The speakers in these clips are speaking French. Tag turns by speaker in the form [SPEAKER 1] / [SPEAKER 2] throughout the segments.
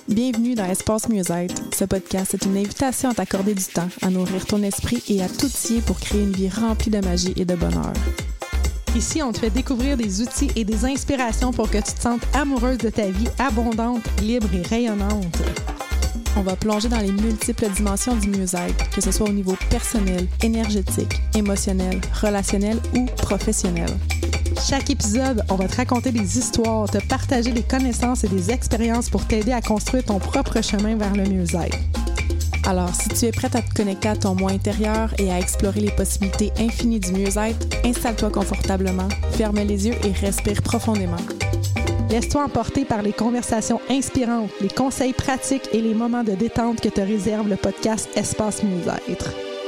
[SPEAKER 1] Bienvenue dans Espace Mieux-être. Ce podcast est une invitation à t'accorder du temps, à nourrir ton esprit et à t'outiller pour créer une vie remplie de magie et de bonheur.
[SPEAKER 2] Ici, on te fait découvrir des outils et des inspirations pour que tu te sentes amoureuse de ta vie, abondante, libre et rayonnante.
[SPEAKER 1] On va plonger dans les multiples dimensions du mieux-être, que ce soit au niveau personnel, énergétique, émotionnel, relationnel ou professionnel.
[SPEAKER 2] Chaque épisode, on va te raconter des histoires, te partager des connaissances et des expériences pour t'aider à construire ton propre chemin vers le mieux-être.
[SPEAKER 1] Alors, si tu es prête à te connecter à ton moi intérieur et à explorer les possibilités infinies du mieux-être, installe-toi confortablement, ferme les yeux et respire profondément.
[SPEAKER 2] Laisse-toi emporter par les conversations inspirantes, les conseils pratiques et les moments de détente que te réserve le podcast Espace Mieux-être.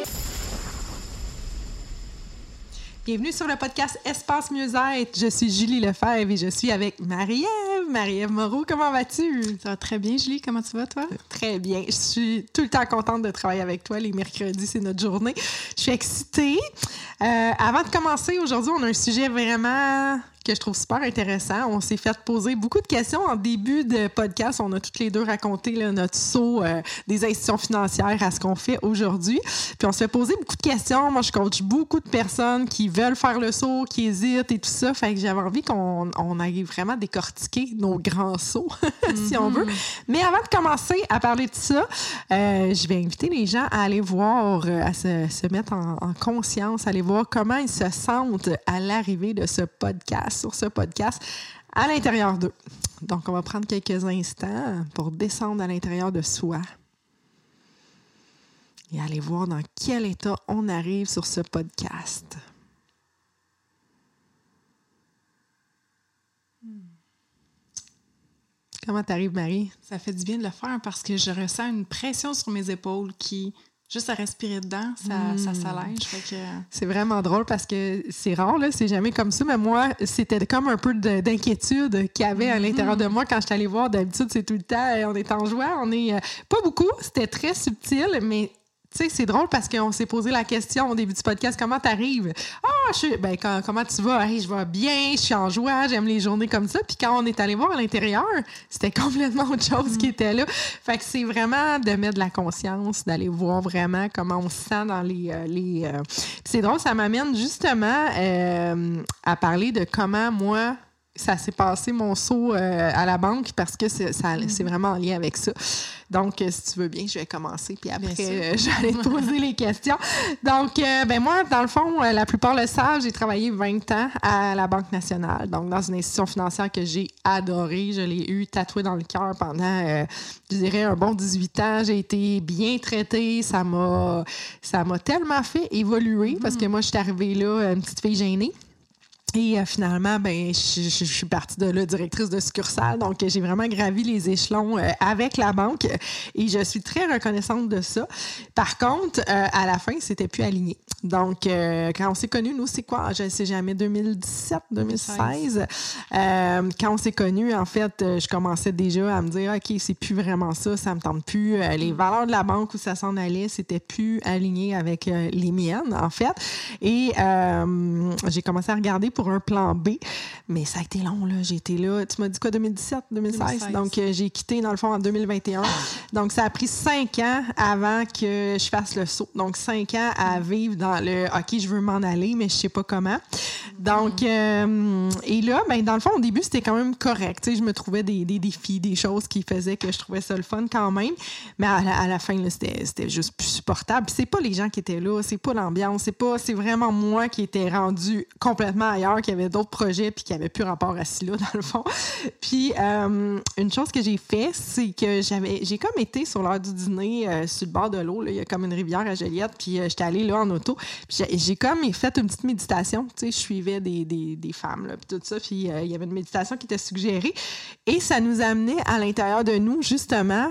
[SPEAKER 2] Bienvenue sur le podcast Espace Mieux-être. Je suis Julie Lefebvre et je suis avec Marie-Ève. Marie-Ève Moreau, comment vas-tu?
[SPEAKER 3] Ça va très bien, Julie. Comment tu vas, toi?
[SPEAKER 2] Très bien. Je suis tout le temps contente de travailler avec toi. Les mercredis, c'est notre journée. Je suis excitée. Avant de commencer, aujourd'hui, on a un sujet vraiment que je trouve super intéressant. On s'est fait poser beaucoup de questions en début de podcast. On a toutes les deux raconté là, notre saut des institutions financières à ce qu'on fait aujourd'hui. Puis on se fait poser beaucoup de questions. Moi, je coach beaucoup de personnes qui veulent faire le saut, qui hésitent et tout ça. Fait que j'avais envie qu'on aille vraiment décortiquer nos grands sauts, si on veut. Mais avant de commencer à parler de ça, je vais inviter les gens à aller voir, à se mettre en conscience, à aller voir comment ils se sentent à l'arrivée de ce podcast, sur ce podcast, à l'intérieur d'eux. Donc, on va prendre quelques instants pour descendre à l'intérieur de soi et aller voir dans quel état on arrive sur ce podcast. Comment t'arrives, Marie?
[SPEAKER 3] Ça fait du bien de le faire parce que je ressens une pression sur mes épaules qui, juste à respirer dedans, ça s'allège. Fait que...
[SPEAKER 2] C'est vraiment drôle parce que c'est rare, là, c'est jamais comme ça, mais moi, c'était comme un peu d'inquiétude qu'il y avait à l'intérieur de moi quand je suis allée voir. D'habitude, c'est tout le temps, on est en joie, on est pas beaucoup, c'était très subtil, mais tu sais, c'est drôle parce qu'on s'est posé la question au début du podcast, comment t'arrives? Comment tu vas? Hey, je vais bien, je suis en joie, j'aime les journées comme ça. Puis quand on est allé voir à l'intérieur, c'était complètement autre chose qui était là. Fait que c'est vraiment de mettre de la conscience, d'aller voir vraiment comment on se sent dans les c'est drôle, ça m'amène justement à parler de comment moi, ça s'est passé mon saut à la banque parce que c'est vraiment en lien avec ça. Donc, si tu veux bien, je vais commencer, puis après, j'allais te poser les questions. Donc, moi, dans le fond, la plupart le savent, j'ai travaillé 20 ans à la Banque nationale, donc dans une institution financière que j'ai adorée. Je l'ai eu tatouée dans le cœur pendant, je dirais, un bon 18 ans. J'ai été bien traitée. Ça m'a tellement fait évoluer parce que moi, je suis arrivée là, une petite fille gênée. Et finalement, je suis partie de là, directrice de succursale. Donc, j'ai vraiment gravi les échelons avec la banque et je suis très reconnaissante de ça. Par contre, à la fin, c'était plus aligné. Donc, quand on s'est connus, nous, c'est quoi? Je ne sais jamais, 2017, 2016. Quand on s'est connus, en fait, je commençais déjà à me dire, OK, c'est plus vraiment ça, ça me tente plus. Les valeurs de la banque où ça s'en allait, c'était plus aligné avec les miennes, en fait. Et j'ai commencé à regarder pour un plan B, mais ça a été long, là. J'ai été là, tu m'as dit quoi, 2017, 2016? Donc, j'ai quitté, dans le fond, en 2021. Donc, ça a pris 5 ans avant que je fasse le saut. Donc, 5 ans à vivre dans le « OK, je veux m'en aller, mais je sais pas comment ». Donc, et là, dans le fond, au début, c'était quand même correct. Tu sais, je me trouvais des défis, des choses qui faisaient que je trouvais ça le fun quand même. Mais à la fin, là, c'était juste plus supportable. Puis c'est pas les gens qui étaient là, c'est pas l'ambiance, c'est vraiment moi qui étais rendue complètement ailleurs, qui avait d'autres projets puis qui avait plus rapport à cela, dans le fond. Puis, une chose que j'ai fait, c'est que j'ai comme été sur l'heure du dîner sur le bord de l'eau. Là, il y a comme une rivière à Joliette, puis j'étais allée là en auto. Puis j'ai comme fait une petite méditation. Tu sais, je suivais des femmes, là, puis tout ça. Puis il y avait une méditation qui était suggérée. Et ça nous amenait à l'intérieur de nous, justement,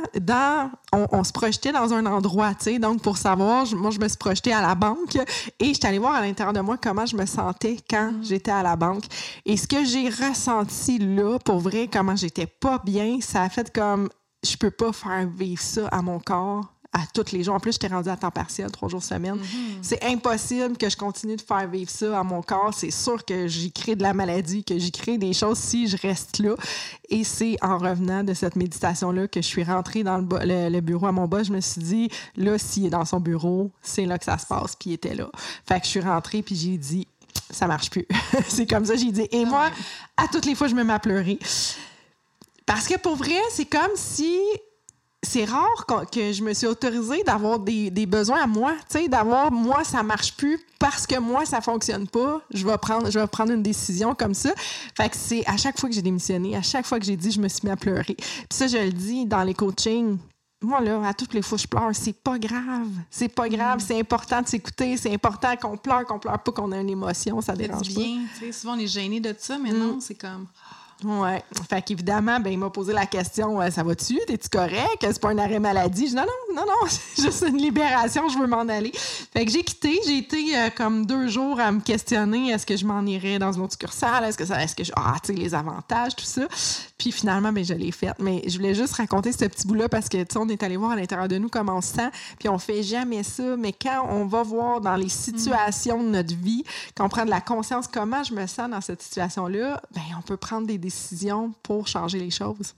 [SPEAKER 2] on se projetait dans un endroit, tu sais. Donc, pour savoir, moi, je me suis projetée à la banque et j'étais allée voir à l'intérieur de moi comment je me sentais quand j'étais à la banque. Et ce que j'ai ressenti là, pour vrai, comment j'étais pas bien, ça a fait comme je peux pas faire vivre ça à mon corps à tous les jours. En plus, j'étais rendue à temps partiel, 3 jours semaine. C'est impossible que je continue de faire vivre ça à mon corps. C'est sûr que j'y crée de la maladie, que j'y crée des choses si je reste là. Et c'est en revenant de cette méditation-là que je suis rentrée dans le bureau à mon boss. Je me suis dit, là, s'il est dans son bureau, c'est là que ça se passe. Puis il était là. Fait que je suis rentrée, puis j'ai dit, ça marche plus. C'est comme ça, j'ai dit. Et moi, à toutes les fois, je me mets à pleurer. Parce que pour vrai, c'est comme si... C'est rare que je me suis autorisée d'avoir des besoins à moi, tu sais, d'avoir moi ça marche plus parce que moi ça fonctionne pas, je vais prendre une décision comme ça. Fait que c'est à chaque fois que j'ai démissionné, à chaque fois que j'ai dit, je me suis mis à pleurer. Puis ça je le dis dans les coachings. Moi, là, à toutes les fois, je pleure. C'est pas grave. C'est pas grave. C'est important de s'écouter. C'est important qu'on pleure pas, qu'on ait une émotion. Ça dérange pas.
[SPEAKER 3] Bien. Tu sais, souvent, on est gêné de ça, mais non, c'est comme...
[SPEAKER 2] Ouais. Fait qu'évidemment, ben, il m'a posé la question, ça va-tu? T'es-tu correct? C'est pas un arrêt maladie? Je dis non, c'est juste une libération, je veux m'en aller. Fait que j'ai quitté. J'ai été comme 2 jours à me questionner, est-ce que je m'en irais dans une autre succursale? Est-ce que tu sais, les avantages, tout ça. Puis finalement, ben, je l'ai fait. Mais je voulais juste raconter ce petit bout-là parce que, tu sais, on est allé voir à l'intérieur de nous comment on se sent, puis on fait jamais ça. Mais quand on va voir dans les situations de notre vie, quand on prend de la conscience comment je me sens dans cette situation-là, ben, on peut prendre des décisions pour changer les choses.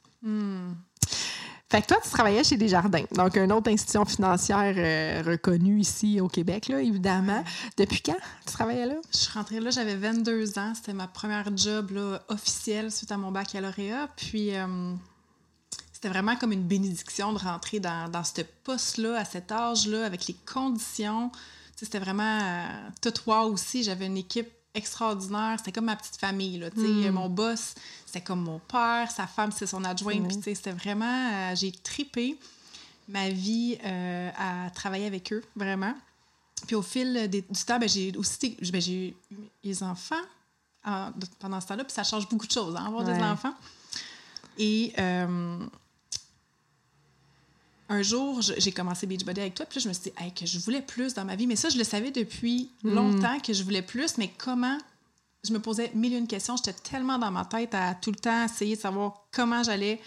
[SPEAKER 2] Fait que toi, tu travaillais chez Desjardins, donc une autre institution financière reconnue ici au Québec, là, évidemment. Depuis quand tu travaillais là?
[SPEAKER 3] Je suis rentrée là, j'avais 22 ans. C'était ma première job là, officielle suite à mon baccalauréat. Puis, c'était vraiment comme une bénédiction de rentrer dans ce poste-là, à cet âge-là, avec les conditions. Tu sais, c'était vraiment tout wow aussi. J'avais une équipe extraordinaire. C'était comme ma petite famille. Là, mon boss, c'était comme mon père. Sa femme, c'est son adjointe. Puis, c'était vraiment... j'ai trippé ma vie à travailler avec eux, vraiment. Puis au fil du temps, j'ai eu les enfants pendant ce temps-là. Puis ça change beaucoup de choses, avoir des enfants. Et... un jour, j'ai commencé Beachbody avec toi, puis là, je me suis dit que je voulais plus dans ma vie. Mais ça, je le savais depuis longtemps que je voulais plus, mais comment? Je me posais 1001 questions. J'étais tellement dans ma tête à tout le temps essayer de savoir comment j'allais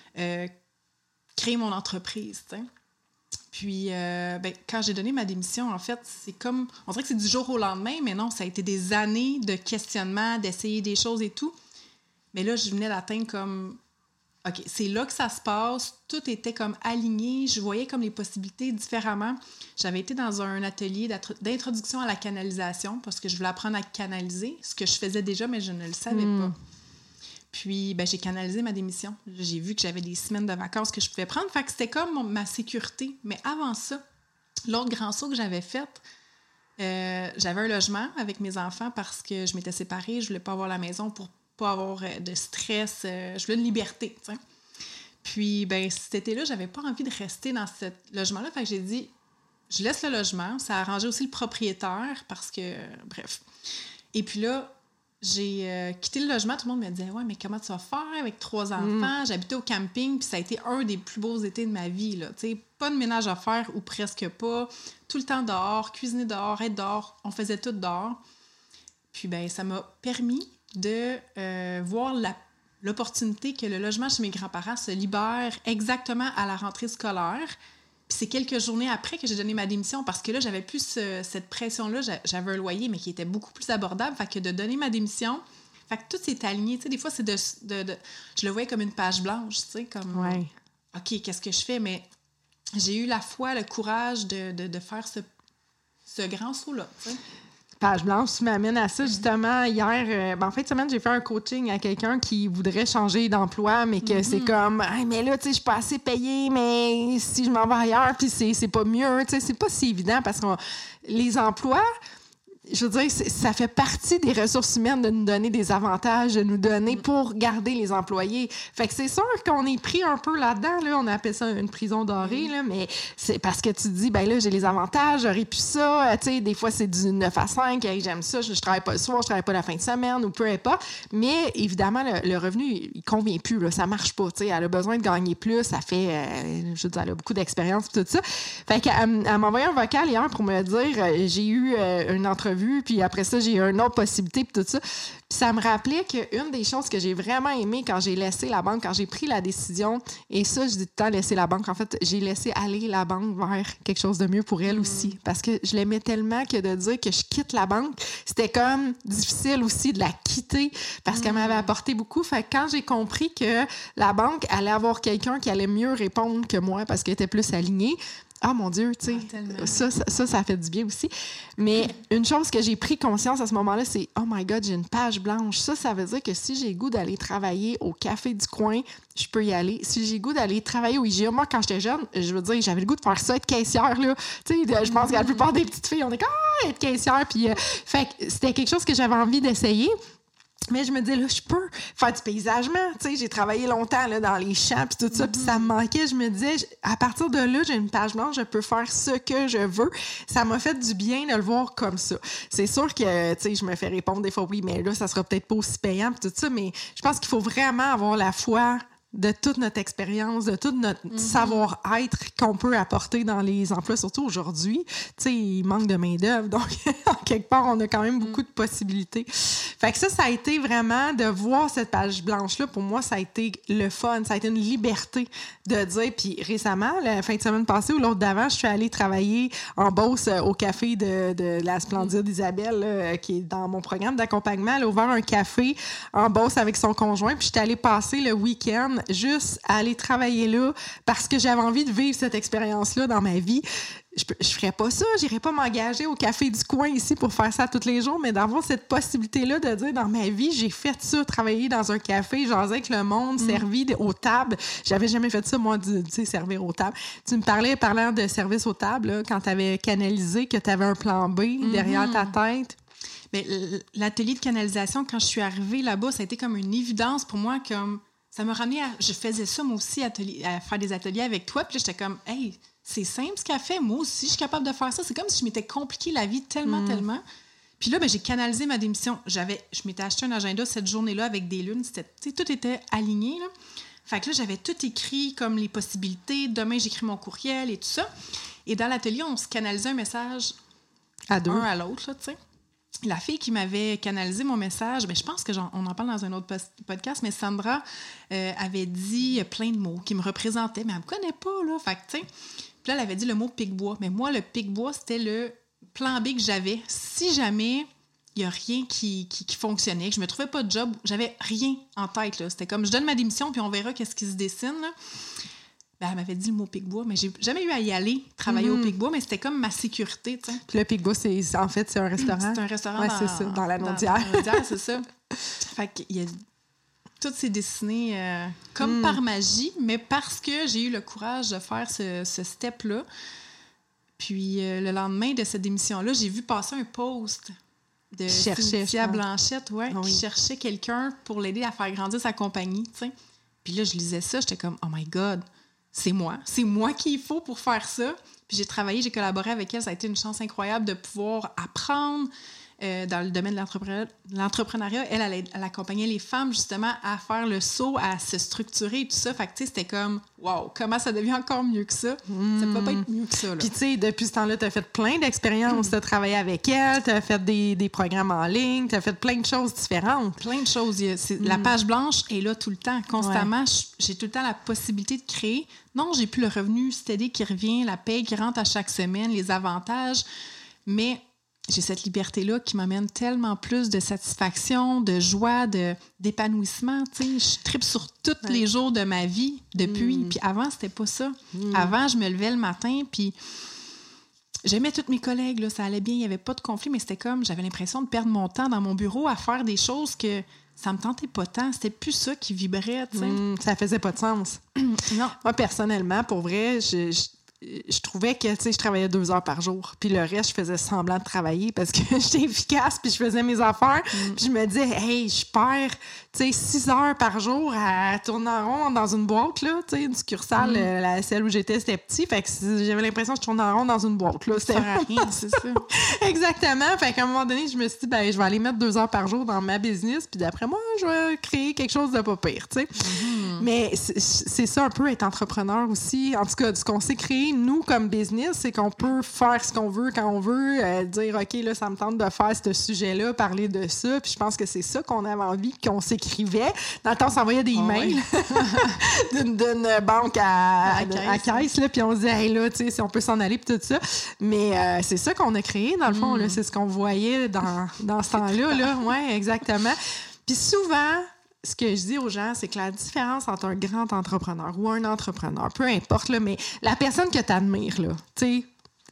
[SPEAKER 3] créer mon entreprise, t'sais. Puis, quand j'ai donné ma démission, en fait, c'est comme... On dirait que c'est du jour au lendemain, mais non, ça a été des années de questionnement, d'essayer des choses et tout. Mais là, je venais d'atteindre comme... OK, c'est là que ça se passe. Tout était comme aligné. Je voyais comme les possibilités différemment. J'avais été dans un atelier d'introduction à la canalisation parce que je voulais apprendre à canaliser, ce que je faisais déjà, mais je ne le savais pas. Puis, j'ai canalisé ma démission. J'ai vu que j'avais des semaines de vacances que je pouvais prendre. Fait que c'était comme ma sécurité. Mais avant ça, l'autre grand saut que j'avais fait, j'avais un logement avec mes enfants parce que je m'étais séparée. Je voulais pas avoir la maison pour pas avoir de stress. Je voulais une liberté, tu sais. Puis, cet été-là, j'avais pas envie de rester dans ce logement-là. Fait que j'ai dit, je laisse le logement. Ça a arrangé aussi le propriétaire parce que, bref. Et puis là, j'ai quitté le logement. Tout le monde me disait, ouais, mais comment tu vas faire avec 3 enfants? J'habitais au camping, puis ça a été un des plus beaux étés de ma vie, là. Tu sais, pas de ménage à faire ou presque pas. Tout le temps dehors, cuisiner dehors, être dehors. On faisait tout dehors. Puis, ça m'a permis de voir l'opportunité que le logement chez mes grands-parents se libère exactement à la rentrée scolaire. Puis c'est quelques journées après que j'ai donné ma démission parce que là, j'avais plus cette pression-là. J'avais un loyer, mais qui était beaucoup plus abordable. Fait que de donner ma démission, fait que tout s'est aligné. Tu sais, des fois, c'est je le voyais comme une page blanche, tu sais, comme... OK, qu'est-ce que je fais? Mais j'ai eu la foi, le courage de faire ce grand saut-là, tu sais.
[SPEAKER 2] Page blanche, tu m'amènes à ça. Justement, hier, en fin de semaine, j'ai fait un coaching à quelqu'un qui voudrait changer d'emploi, mais que c'est comme, hey, mais là, tu sais, je suis pas assez payée, mais si je m'en vais ailleurs, puis c'est pas mieux, tu sais, c'est pas si évident parce que les emplois, je veux dire, ça fait partie des ressources humaines de nous donner des avantages, de nous donner pour garder les employés. Fait que c'est sûr qu'on est pris un peu là-dedans, là, on appelle ça une prison dorée, là, mais c'est parce que tu te dis, là, j'ai les avantages, j'aurais pu ça, tu sais, des fois, c'est du 9 à 5, hey, j'aime ça, je travaille pas le soir, je travaille pas la fin de semaine, ou peu importe, mais évidemment, le revenu, il convient plus, là, ça marche pas, tu sais, elle a besoin de gagner plus, ça fait, je veux dire, elle a beaucoup d'expérience, tout ça. Fait qu'elle m'a envoyé un vocal hier pour me dire, j'ai eu une entrevue entrevue, puis après ça, j'ai eu une autre possibilité, puis tout ça. Puis ça me rappelait qu'une des choses que j'ai vraiment aimé quand j'ai laissé la banque, quand j'ai pris la décision, et ça, je dis tout le temps laisser la banque, en fait, j'ai laissé aller la banque vers quelque chose de mieux pour elle aussi, parce que je l'aimais tellement que de dire que je quitte la banque, c'était comme difficile aussi de la quitter, parce qu'elle m'avait apporté beaucoup. Fait que quand j'ai compris que la banque allait avoir quelqu'un qui allait mieux répondre que moi, parce qu'elle était plus alignée, ah, mon Dieu, tu sais, ça fait du bien aussi. Mais une chose que j'ai pris conscience à ce moment-là, c'est « Oh my God, j'ai une page blanche. » Ça veut dire que si j'ai le goût d'aller travailler au café du coin, je peux y aller. Si j'ai le goût d'aller travailler au IGA, moi, quand j'étais jeune, je veux dire, j'avais le goût de faire ça, être caissière, là. Tu sais, je pense que la plupart des petites filles, on est comme « Ah, être caissière! » Puis, fait que c'était quelque chose que j'avais envie d'essayer. Mais je me disais, là, je peux faire du paysagement. Tu sais, j'ai travaillé longtemps là, dans les champs puis tout ça, puis ça me manquait. Je me disais, à partir de là, j'ai une page blanche, je peux faire ce que je veux. Ça m'a fait du bien de le voir comme ça. C'est sûr que, tu sais, je me fais répondre des fois, oui, mais là, ça sera peut-être pas aussi payant puis tout ça, mais je pense qu'il faut vraiment avoir la foi de toute notre expérience, de tout notre savoir-être qu'on peut apporter dans les emplois, surtout aujourd'hui. Tu sais, il manque de main-d'œuvre, donc en quelque part, on a quand même beaucoup de possibilités. Fait que ça a été vraiment de voir cette page blanche-là. Pour moi, ça a été le fun, ça a été une liberté de dire. Puis récemment, la fin de semaine passée ou l'autre d'avant, je suis allée travailler en Beauce au café de la Splendide Isabelle, là, qui est dans mon programme d'accompagnement. Elle a ouvert un café en Beauce avec son conjoint, puis j'étais allée passer le week-end juste à aller travailler là parce que j'avais envie de vivre cette expérience-là dans ma vie. Je ferais pas ça, j'irais pas m'engager au café du coin ici pour faire ça tous les jours, mais d'avoir cette possibilité-là de dire dans ma vie, j'ai fait ça, travailler dans un café, jaser avec le monde, servi aux tables. J'avais jamais fait ça, moi, tu sais, servir aux tables. Tu me parlais, parlant de service aux tables, là, quand tu avais canalisé, que tu avais un plan B derrière ta tête.
[SPEAKER 3] Mais l'atelier de canalisation, quand je suis arrivée là-bas, ça a été comme une évidence pour moi, comme ça m'a ramené à... Je faisais ça, moi aussi, à faire des ateliers avec toi. Puis là, j'étais comme, hey, c'est simple ce qu'elle fait. Moi aussi, je suis capable de faire ça. C'est comme si je m'étais compliqué la vie tellement. Puis là, j'ai canalisé ma démission. Je m'étais acheté un agenda cette journée-là avec des lunes. Tout était aligné, là. Fait que là, j'avais tout écrit comme les possibilités. Demain, j'écris mon courriel et tout ça. Et dans l'atelier, on se canalisait un message
[SPEAKER 2] à deux,
[SPEAKER 3] un à l'autre, là, tu sais. La fille qui m'avait canalisé mon message, je pense qu'on en parle dans un autre podcast, mais Sandra avait dit plein de mots qui me représentaient, mais elle me connaît pas, là. Fait que, tu sais, puis là, elle avait dit le mot pic-bois. Mais moi, le pic-bois, c'était le plan B que j'avais. Si jamais il n'y a rien qui fonctionnait, que je me trouvais pas de job, j'avais rien en tête, là. C'était comme, je donne ma démission, puis on verra qu'est-ce qui se dessine, là. Ben, elle m'avait dit le mot Pic-Bois, mais j'ai jamais eu à y aller, travailler au Pic-Bois, mais c'était comme ma sécurité, tu sais.
[SPEAKER 2] Puis le Pic-Bois, c'est un restaurant.
[SPEAKER 3] C'est un restaurant
[SPEAKER 2] c'est ça, dans la Naudière.
[SPEAKER 3] Dans la Naudière, c'est ça. Fait qu'il y a... Tout s'est dessiné comme par magie, mais parce que j'ai eu le courage de faire ce step-là. Puis le lendemain de cette démission-là, j'ai vu passer un post de Cynthia Blanchette, qui cherchait quelqu'un pour l'aider à faire grandir sa compagnie, tu sais. Puis là, je lisais ça, j'étais comme « Oh my God! » C'est moi qu'il faut pour faire ça. Puis j'ai collaboré avec elle. Ça a été une chance incroyable de pouvoir apprendre dans le domaine de l'entrepreneuriat. Elle accompagnait les femmes justement à faire le saut, à se structurer et tout ça. Fait que tu sais, c'était comme, wow, comment ça devient encore mieux que ça? Ça peut pas être mieux que ça, là.
[SPEAKER 2] Puis tu sais, depuis ce temps-là, tu as fait plein d'expériences. Tu as travaillé avec elle, tu as fait des programmes en ligne, tu as fait plein de choses différentes.
[SPEAKER 3] Plein de choses. La page blanche est là tout le temps, constamment. Ouais. J'ai tout le temps la possibilité de créer. Non, j'ai plus le revenu steady qui revient, la paye qui rentre à chaque semaine, les avantages, mais j'ai cette liberté-là qui m'amène tellement plus de satisfaction, de joie, d'épanouissement. Tu sais, je tripe sur tous les jours de ma vie depuis. Puis avant, c'était pas ça. Avant, je me levais le matin, puis j'aimais tous mes collègues. Là, ça allait bien, il n'y avait pas de conflit, mais c'était comme, j'avais l'impression de perdre mon temps dans mon bureau à faire des choses que ça me tentait pas tant. C'était plus ça qui vibrait, tu sais.
[SPEAKER 2] Ça faisait pas de sens.
[SPEAKER 3] Non.
[SPEAKER 2] Moi, personnellement, pour vrai, je trouvais que, tu sais, je travaillais 2 heures par jour. Puis le reste, je faisais semblant de travailler parce que j'étais efficace puis je faisais mes affaires. Puis je me disais, hey, je perds, tu sais, 6 heures par jour à tourner en rond dans une boîte, là. Tu sais, une succursale, celle où j'étais, c'était petit. Fait que j'avais l'impression que je tournais en rond dans une boîte, là.
[SPEAKER 3] C'était rien, c'est ça.
[SPEAKER 2] Exactement. Fait qu'à un moment donné, je me suis dit, ben, je vais aller mettre 2 heures par jour dans ma business. Puis d'après moi, je vais créer quelque chose de pas pire, tu sais. Mais c'est ça un peu être entrepreneur aussi. En tout cas, ce qu'on s'est créé, nous, comme business, c'est qu'on peut faire ce qu'on veut quand on veut, dire, OK, là, ça me tente de faire ce sujet-là, parler de ça. Puis je pense que c'est ça qu'on avait envie, qu'on s'écrivait. Dans le temps, on s'envoyait des emails d'une banque à caisse, là, puis on se disait, hey, là, tu sais, si on peut s'en aller, puis tout ça. Mais c'est ça qu'on a créé, dans le fond, là, c'est ce qu'on voyait dans ce temps-là. Là. Oui, exactement. Puis souvent, ce que je dis aux gens, c'est que la différence entre un grand entrepreneur ou un entrepreneur, peu importe, là, mais la personne que tu admires, là, tu sais,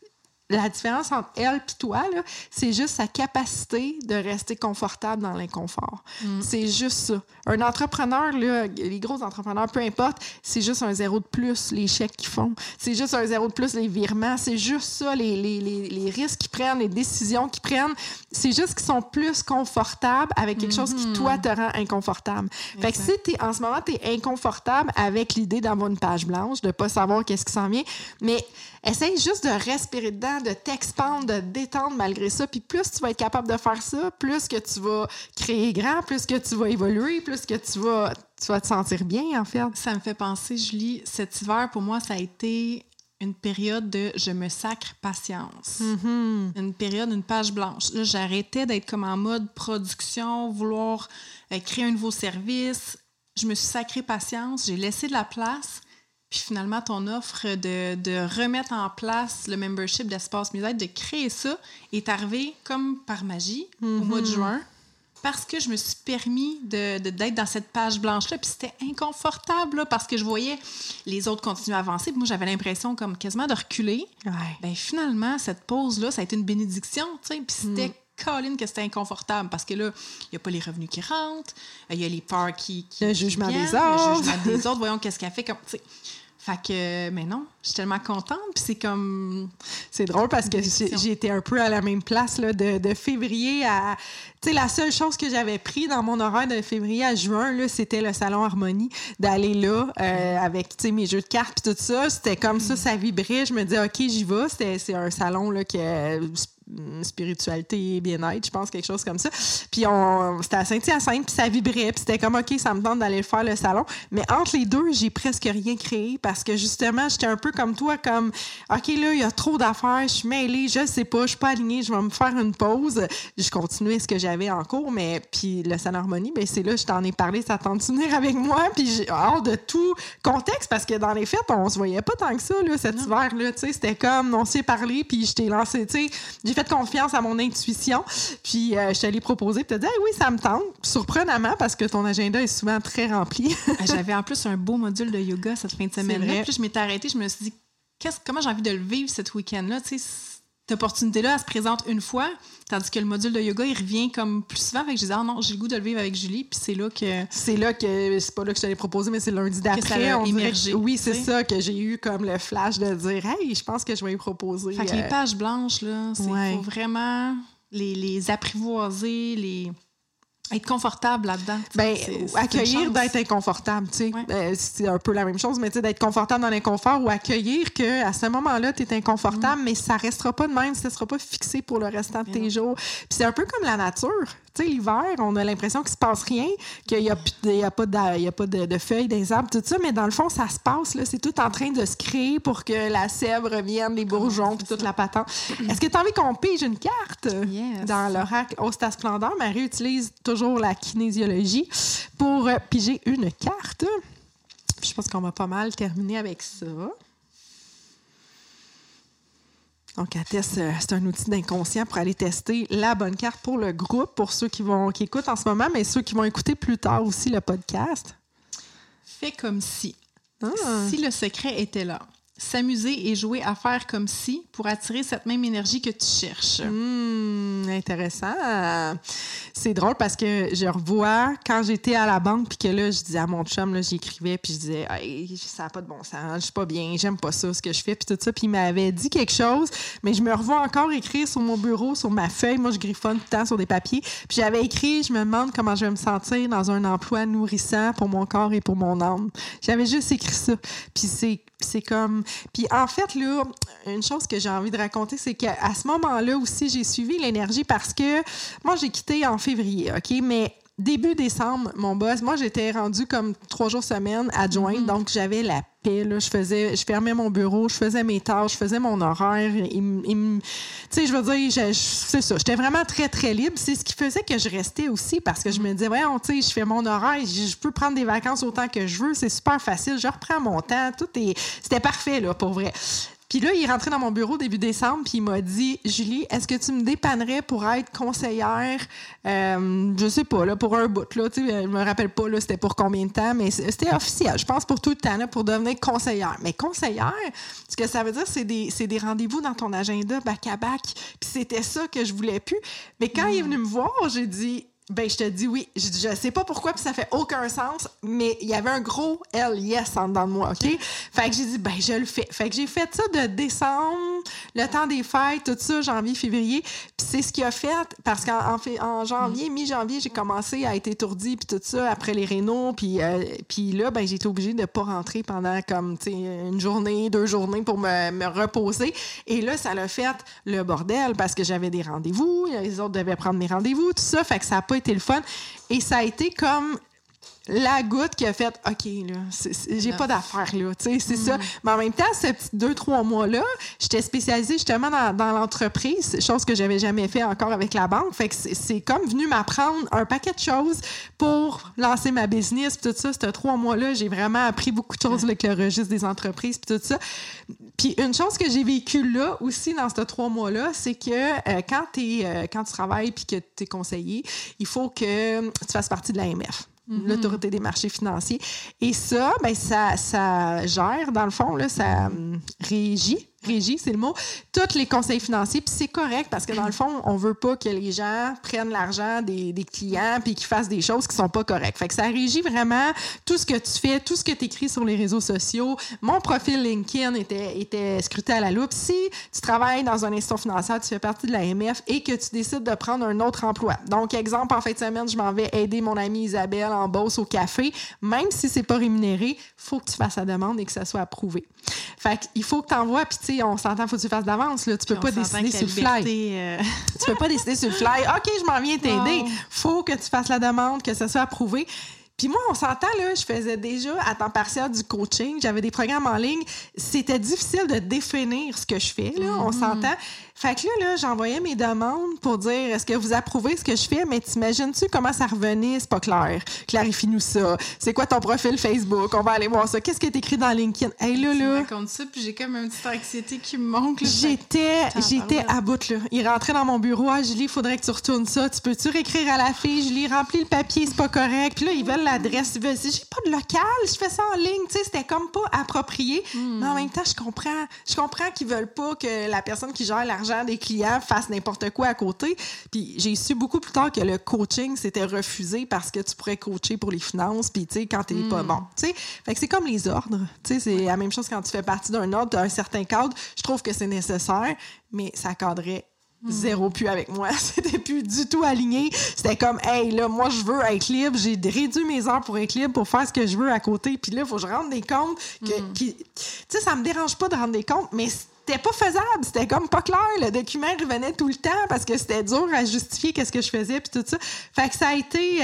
[SPEAKER 2] la différence entre elle et toi, là, c'est juste sa capacité de rester confortable dans l'inconfort. C'est juste ça. Un entrepreneur, là, les gros entrepreneurs, peu importe, c'est juste un 0 de plus, les chèques qu'ils font. C'est juste un 0 de plus, les virements. C'est juste ça, les risques qu'ils prennent, les décisions qu'ils prennent. C'est juste qu'ils sont plus confortables avec quelque chose qui, toi, te rend inconfortable. Fait que si en ce moment, tu es inconfortable avec l'idée d'avoir une page blanche, de ne pas savoir qu'est-ce qui s'en vient, mais essaye juste de respirer dedans, de t'expandre, de détendre malgré ça. Puis plus tu vas être capable de faire ça, plus que tu vas créer grand, plus que tu vas évoluer, plus que tu vas te sentir bien, en fait.
[SPEAKER 3] Ça me fait penser, Julie, cet hiver, pour moi, ça a été une période de « je me sacre patience ». Une période, une page blanche. Là, j'arrêtais d'être comme en mode production, vouloir créer un nouveau service. Je me suis sacrée patience, j'ai laissé de la place. Puis finalement, ton offre de remettre en place le membership d'Espace Mieux-être, de créer ça, est arrivée comme par magie au mois de juin parce que je me suis permis d'être dans cette page blanche-là. Puis c'était inconfortable là, parce que je voyais les autres continuer à avancer. Puis moi, j'avais l'impression comme quasiment de reculer. Ouais. Bien, finalement, cette pause-là, ça a été une bénédiction. Tu sais. Puis c'était Colin que c'était inconfortable parce que là, il n'y a pas les revenus qui rentrent, il y a les peurs qui
[SPEAKER 2] le jugement
[SPEAKER 3] viennent,
[SPEAKER 2] des autres.
[SPEAKER 3] Le jugement des autres, voyons qu'est-ce qu'elle fait. Comme, fait que, mais non, je suis tellement contente. Puis c'est comme...
[SPEAKER 2] C'est drôle parce que j'ai été un peu à la même place là, de février à... Tu sais, la seule chose que j'avais pris dans mon horaire de février à juin, là, c'était le salon Harmonie, d'aller là avec, tu sais, mes jeux de cartes puis tout ça. C'était comme ça vibrait. Je me disais, OK, j'y vais. C'est un salon là, spiritualité et bien-être, je pense, quelque chose comme ça. Puis c'était à Saint-Hyacinthe, puis ça vibrait, puis c'était comme, OK, ça me tente d'aller faire le salon. Mais entre les deux, j'ai presque rien créé parce que, justement, j'étais un peu comme toi, comme, OK, là, il y a trop d'affaires, je suis mêlée, je sais pas, je suis pas alignée, je vais me faire une pause. Je continuais ce que j'avais en cours, mais puis le salon Harmonie, bien, c'est là, je t'en ai parlé, ça tente de venir avec moi, puis hors de tout contexte, parce que dans les fêtes, on se voyait pas tant que ça, là, cet hiver-là, tu sais, c'était comme, on s'est parlé, puis je t'ai lancé, tu sais, j'ai fait confiance à mon intuition, puis je suis allée proposer, puis tu as dit hey, oui, ça me tente, surprenamment, parce que ton agenda est souvent très rempli.
[SPEAKER 3] J'avais en plus un beau module de yoga cette fin de semaine-là, puis je m'étais arrêtée, je me suis dit, comment j'ai envie de le vivre cet week-end-là, tu sais, cette opportunité-là, elle se présente une fois, tandis que le module de yoga, il revient comme plus souvent. Fait que je disais, non, j'ai le goût de le vivre avec Julie, puis c'est là que...
[SPEAKER 2] C'est pas là que je t'allais proposer, mais c'est lundi d'après.
[SPEAKER 3] On émergé,
[SPEAKER 2] oui, c'est ça, que j'ai eu comme le flash de dire, hey, je pense que je vais lui proposer.
[SPEAKER 3] Fait que les pages blanches, là, il faut vraiment les apprivoiser, être confortable là-dedans.
[SPEAKER 2] Ben, accueillir d'être inconfortable, tu sais. Ouais. C'est un peu la même chose, mais tu sais, d'être confortable dans l'inconfort ou accueillir qu'à ce moment-là, tu es inconfortable, mais ça restera pas de même, ça sera pas fixé pour le restant de tes jours. Puis c'est un peu comme la nature. Tu sais, l'hiver, on a l'impression qu'il se passe rien, qu'il y a pas de feuilles des arbres, tout ça, mais dans le fond, ça se passe, là. C'est tout en train de se créer pour que la sève revienne, les bourgeons, puis toute la patente. Est-ce que tu as envie qu'on pige une carte?
[SPEAKER 3] Yes.
[SPEAKER 2] Dans l'oracle Osta Splendeur, Marie utilise toujours la kinésiologie pour piger une carte. Puis je pense qu'on va pas mal terminer avec ça. Donc, c'est un outil d'inconscient pour aller tester la bonne carte pour le groupe, pour ceux qui écoutent en ce moment, mais ceux qui vont écouter plus tard aussi le podcast.
[SPEAKER 3] Fais comme si. Si le secret était là. S'amuser et jouer à faire comme si pour attirer cette même énergie que tu cherches.
[SPEAKER 2] Intéressant. C'est drôle parce que je revois quand j'étais à la banque puis que là, je disais à mon chum, là, j'écrivais puis je disais hey, ça n'a pas de bon sens, je suis pas bien, j'aime pas ça, ce que je fais puis tout ça. Puis il m'avait dit quelque chose, mais je me revois encore écrire sur mon bureau, sur ma feuille. Moi, je griffonne tout le temps sur des papiers. Puis j'avais écrit, je me demande comment je vais me sentir dans un emploi nourrissant pour mon corps et pour mon âme. J'avais juste écrit ça. Puis c'est comme... Puis en fait, là, une chose que j'ai envie de raconter, c'est qu'à ce moment-là aussi, j'ai suivi l'énergie parce que moi, j'ai quitté en février, OK? Mais début décembre, mon boss, moi, j'étais rendue comme 3 jours semaine adjointe, donc j'avais la paix. Là, je fermais mon bureau, je faisais mes tâches, je faisais mon horaire. Tu sais, je veux dire, c'est ça. J'étais vraiment très, très libre. C'est ce qui faisait que je restais aussi parce que je me disais, voyons, tu sais, je fais mon horaire, je peux prendre des vacances autant que je veux. C'est super facile. Je reprends mon temps. C'était parfait, là, pour vrai. Puis là, il est rentré dans mon bureau début décembre, puis il m'a dit, Julie, est-ce que tu me dépannerais pour être conseillère, je sais pas, là, pour un bout, là, tu sais, je me rappelle pas, là, c'était pour combien de temps, mais c'était officiel, je pense, pour tout le temps, là, pour devenir conseillère. Mais conseillère, ce que ça veut dire, c'est des rendez-vous dans ton agenda, back-à-back, puis c'était ça que je voulais plus. Mais quand il est venu me voir, j'ai dit... Ben, je te dis oui. Je sais pas pourquoi, puis ça fait aucun sens, mais il y avait un gros hell yes en dedans de moi, OK? Fait que j'ai dit, ben, je le fais. Fait que j'ai fait ça de décembre, le temps des fêtes, tout ça, janvier, février. Puis c'est ce qui a fait, parce qu'en janvier, mi-janvier, j'ai commencé à être étourdie, puis tout ça, après les rénaux, puis là, ben, j'ai été obligée de pas rentrer pendant comme, tu sais, une journée, 2 journées pour me reposer. Et là, ça l'a fait le bordel, parce que j'avais des rendez-vous, les autres devaient prendre mes rendez-vous, tout ça. Fait que ça a pas été le fun. Et ça a été comme la goutte qui a fait « OK, là, j'ai pas d'affaires, là. » Tu sais, c'est ça. Mais en même temps, ces petits 2-3 mois-là, j'étais spécialisée justement dans l'entreprise, chose que j'avais jamais fait encore avec la banque. Fait que c'est comme venu m'apprendre un paquet de choses pour lancer ma business. Puis tout ça, ces 3 mois-là, j'ai vraiment appris beaucoup de choses avec le registre des entreprises puis tout ça. Puis une chose que j'ai vécue là aussi dans ces 3 mois-là, c'est que quand tu travailles puis que tu es conseiller, il faut que tu fasses partie de l'AMF. L'Autorité des marchés financiers. Et ça, ben ça gère, dans le fond, là, ça régit, c'est le mot, tous les conseils financiers. Puis c'est correct parce que, dans le fond, on veut pas que les gens prennent l'argent des clients puis qu'ils fassent des choses qui sont pas correctes. Fait que ça régit vraiment tout ce que tu fais, tout ce que tu écris sur les réseaux sociaux. Mon profil LinkedIn était scruté à la loupe. Si tu travailles dans une institution financière, tu fais partie de l'AMF et que tu décides de prendre un autre emploi. Donc, exemple, en fin de semaine, je m'en vais aider mon amie Isabelle en Beauce au café. Même si c'est pas rémunéré, il faut que tu fasses la demande et que ça soit approuvé. Fait qu'il faut que tu envoies, puis tu sais, on s'entend, il faut que tu fasses d'avance. Là. Tu peux pas décider sur le fly. Tu peux pas décider sur le fly. OK, je m'en viens t'aider. Faut que tu fasses la demande, que ça soit approuvé. Puis moi, on s'entend, là, je faisais déjà à temps partiel du coaching. J'avais des programmes en ligne. C'était difficile de définir ce que je fais, là. On s'entend. Fait que là, j'envoyais mes demandes pour dire est-ce que vous approuvez ce que je fais? Mais t'imagines-tu comment ça revenait? C'est pas clair. Clarifie-nous ça. C'est quoi ton profil Facebook? On va aller voir ça. Qu'est-ce qui est écrit dans LinkedIn? Hey, là.
[SPEAKER 3] Tu me racontes ça, puis j'ai comme une petite anxiété qui me monte. Là,
[SPEAKER 2] j'étais à bout, là. Il rentrait dans mon bureau. Ah, Julie, il faudrait que tu retournes ça. Tu peux-tu réécrire à la fille? Julie, remplis le papier, c'est pas correct. Puis là, ils veulent l'adresse. Ils veulent dire, j'ai pas de local, je fais ça en ligne. Tu sais, c'était comme pas approprié. Mais en même temps, je comprends qu'ils veulent pas que la personne qui gère l'argent des clients fasse n'importe quoi à côté. Puis j'ai su beaucoup plus tard que le coaching s'était refusé parce que tu pourrais coacher pour les finances, puis tu sais, quand t'es pas bon. Tu sais, fait que c'est comme les ordres. Tu sais, c'est la même chose quand tu fais partie d'un ordre, d'un certain cadre. Je trouve que c'est nécessaire, mais ça cadrait zéro plus avec moi. C'était plus du tout aligné. C'était comme, hey, là, moi, je veux être libre. J'ai réduit mes heures pour être libre, pour faire ce que je veux à côté. Puis là, il faut que je rende des comptes. Tu sais, ça me dérange pas de rendre des comptes, mais c'était pas faisable. C'était comme pas clair. Le document revenait tout le temps parce que c'était dur à justifier qu'est-ce que je faisais puis tout ça. Fait que ça a été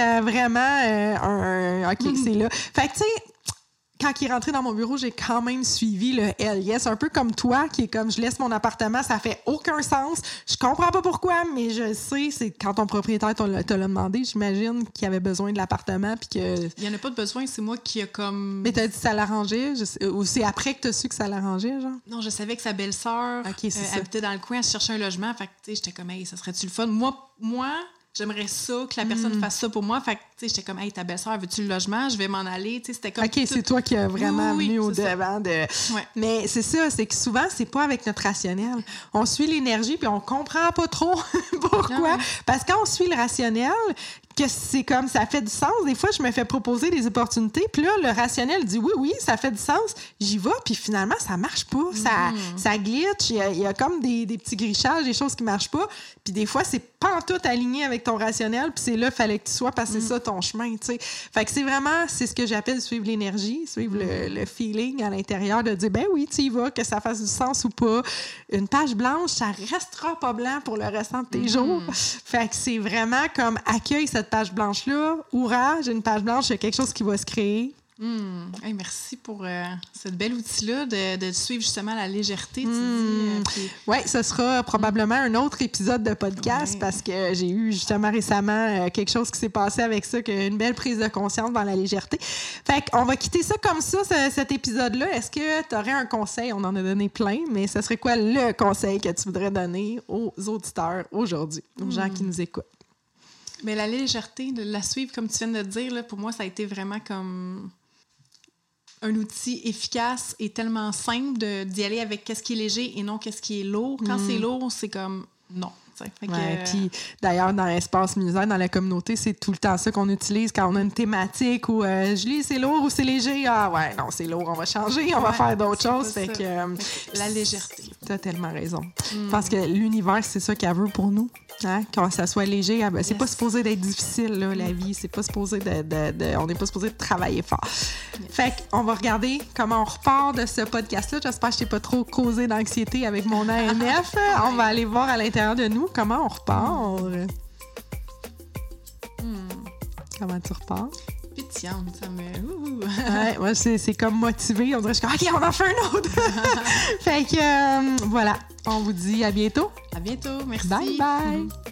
[SPEAKER 2] vraiment OK, c'est là. Fait que, tu sais, quand il est rentré dans mon bureau, j'ai quand même suivi le hell yes, un peu comme toi, qui est comme je laisse mon appartement, ça fait aucun sens. Je comprends pas pourquoi, mais je sais, c'est quand ton propriétaire te l'a demandé, j'imagine qu'il avait besoin de l'appartement puis que...
[SPEAKER 3] Il y en a pas de besoin, c'est moi qui a comme...
[SPEAKER 2] Mais t'as dit que ça l'arrangeait? Ou c'est après que t'as su que ça l'arrangeait, genre?
[SPEAKER 3] Non, je savais que sa belle-sœur habitait dans le coin, elle cherchait un logement, fait que, tu sais, j'étais comme, hey, ça serait-tu le fun? Moi, j'aimerais ça, que la personne fasse ça pour moi. Fait que, tu sais, j'étais comme, hey, ta belle-sœur, veux-tu le logement? Je vais m'en aller. Tu sais, c'était comme.
[SPEAKER 2] OK, c'est toi qui as vraiment venu au-devant de.
[SPEAKER 3] Ouais.
[SPEAKER 2] Mais c'est ça, c'est que souvent, c'est pas avec notre rationnel. On suit l'énergie, puis on comprend pas trop pourquoi. Parce que quand on suit le rationnel, que c'est comme ça fait du sens. Des fois, je me fais proposer des opportunités, puis là, le rationnel dit oui, ça fait du sens. J'y vais, puis finalement, ça marche pas. Ça glitch. Il y a comme des petits grichages, des choses qui marchent pas. Puis des fois, c'est pas en tout aligné avec ton rationnel, puis c'est là qu'il fallait que tu sois, parce que c'est ça ton chemin, tu sais. Fait que c'est ce que j'appelle suivre l'énergie, suivre le feeling à l'intérieur, de dire, ben oui, tu y vas, que ça fasse du sens ou pas. Une page blanche, ça restera pas blanc pour le restant de tes jours. Fait que c'est vraiment comme accueille cette cette page blanche-là. Oura, j'ai une page blanche, il y a quelque chose qui va se créer.
[SPEAKER 3] Hey, merci pour ce bel outil-là de suivre justement la légèreté, tu dis.
[SPEAKER 2] Oui, ce sera probablement un autre épisode de podcast parce que j'ai eu justement récemment quelque chose qui s'est passé avec ça, une belle prise de conscience dans la légèreté. Fait qu'on va quitter ça comme ça, cet épisode-là. Est-ce que tu aurais un conseil? On en a donné plein, mais ce serait quoi le conseil que tu voudrais donner aux auditeurs aujourd'hui, aux gens qui nous écoutent?
[SPEAKER 3] Mais la légèreté, de la suivre, comme tu viens de le dire, là, pour moi, ça a été vraiment comme un outil efficace et tellement simple d'y aller avec qu'est-ce qui est léger et non qu'est-ce qui est lourd. Quand c'est lourd, c'est comme non.
[SPEAKER 2] Puis d'ailleurs, dans l'espace Musette, dans la communauté, c'est tout le temps ça qu'on utilise quand on a une thématique où Julie, c'est lourd ou c'est léger? Ah ouais, non, c'est lourd, on va changer, on va faire d'autres choses. Fait que,
[SPEAKER 3] la légèreté.
[SPEAKER 2] T'as tellement raison. Je pense que l'univers, c'est ça qu'elle veut pour nous. Hein? Quand ça soit léger, c'est pas supposé d'être difficile, là, la vie. C'est pas supposé on n'est pas supposé de travailler fort. Fait qu'on va regarder comment on repart de ce podcast-là. J'espère que je t'ai pas trop causé d'anxiété avec mon AMF. On va aller voir à l'intérieur de nous comment on repart. Comment tu repars?
[SPEAKER 3] Pétillante, ça me...
[SPEAKER 2] Ouais, moi, c'est comme motivé. On dirait que je suis comme, OK, on en fait un autre. Fait que, voilà. On vous dit à bientôt.
[SPEAKER 3] À bientôt. Merci.
[SPEAKER 2] Bye bye.